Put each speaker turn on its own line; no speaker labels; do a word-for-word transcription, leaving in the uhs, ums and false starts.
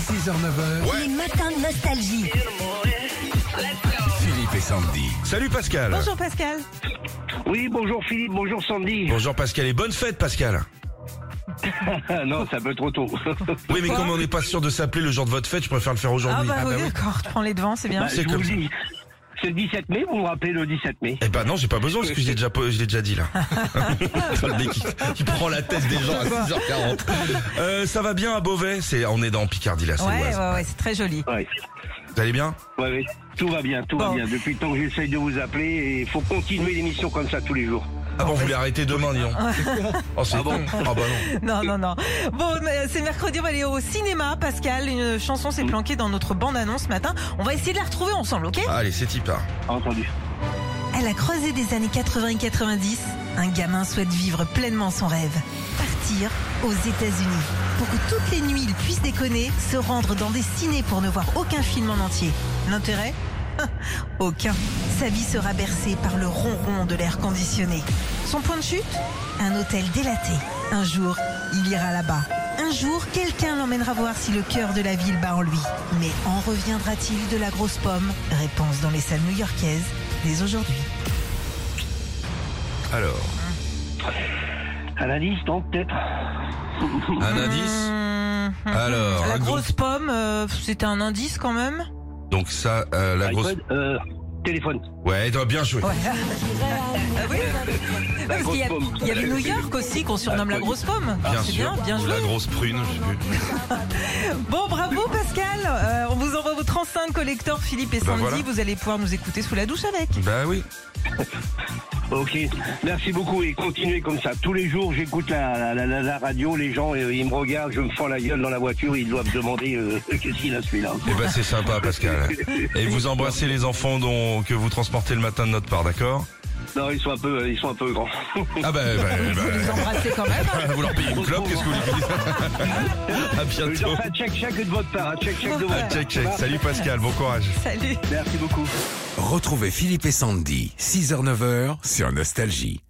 six heures neuf heures.
Ouais.
Les matins de nostalgie.
Philippe et Sandy.
Salut Pascal.
Bonjour Pascal.
Oui, bonjour Philippe, bonjour Sandy.
Bonjour Pascal et bonne fête Pascal.
Non, c'est un peu trop tôt.
Oui mais comme on n'est pas sûr de s'appeler le jour de votre fête, je préfère le faire
Ah
aujourd'hui.
bah,
Ah
oui,
bah oui.
d'accord, tu prends les devants, c'est bien.
Bah,
c'est
je
comme
vous
ça.
dis, c'est le dix-sept mai, vous me rappelez le dix-sept mai.
Eh ben non, j'ai pas besoin parce que je l'ai déjà, je l'ai déjà dit là. Le mec qui, qui prend la tête des gens à six heures quarante. Euh, ça va bien à Beauvais, c'est, on est dans Picardie là, c'est
Ouais,
l'Oise.
ouais, ouais, c'est très joli.
Ouais,
Vous allez bien?
ouais, ouais. Tout va bien, tout
Bon.
va bien. Depuis le temps que j'essaye de vous appeler, et il faut continuer l'émission comme ça tous les jours.
Ah bon, vous voulez arrêter demain, dis donc. Oh c'est
Ah bon
con. Ah bah non.
Non, non, non. Bon, mais c'est mercredi, on va aller au cinéma, Pascal. Une chanson s'est planquée dans notre bande-annonce ce matin. On va essayer de la retrouver ensemble, ok?
Allez, c'est type.
Entendu.
À la croisée des années quatre-vingts et quatre-vingt-dix, un gamin souhaite vivre pleinement son rêve. Partir aux États-Unis. Pour que toutes les nuits il puisse déconner, se rendre dans des ciné pour ne voir aucun film en entier. L'intérêt ? Aucun. Sa vie sera bercée par le ronron de l'air conditionné. Son point de chute ? Un hôtel délaté. Un jour, il ira là-bas. Un jour, quelqu'un l'emmènera voir si le cœur de la ville bat en lui. Mais en reviendra-t-il de la grosse pomme ? Réponse dans les salles new-yorkaises dès aujourd'hui.
Alors,
Un indice, non, peut-être.
un indice.
Mmh, mmh,
Alors,
la
un
grosse pomme, euh, c'était un indice quand même.
Donc ça, euh, la grosse.
iPod, euh, téléphone.
Ouais, toi, bien joué.
Ouais. Ah oui. Ouais, parce qu'il y, a-
grosse pomme.
il y avait New York aussi qu'on surnomme la grosse pomme.
Bien
C'est
sûr.
bien, bien
Ou
joué.
la grosse prune, j'ai vu.
Bon, bravo Pascal. Euh, on vous envoie votre enceinte collector Philippe et
Bah
Sandy.
voilà.
Vous allez pouvoir nous écouter sous la douche avec.
Bah oui.
Ok, merci beaucoup et continuez comme ça. Tous les jours, j'écoute la, la, la, la radio, les gens, euh, ils me regardent, je me fends la gueule dans la voiture, ils doivent demander euh, qu'est-ce qu'il a celui-là.
Eh ben c'est sympa Pascal. Et vous embrassez les enfants dont, que vous transportez le matin de notre part, d'accord?
Non, ils sont un peu, ils sont un peu grands.
Ah bah, bah, bah,
Vous les embrassez quand même. hein.
vous leur payez une clope, qu'est-ce que vous voulez dire? À
Je
bientôt.
leur fais un check-check de votre part, un check-check de votre
Ah,
part.
check check. Salut Pascal, bon courage.
Salut.
Merci beaucoup.
Retrouvez Philippe et Sandy, six heures neuf heures sur Nostalgie.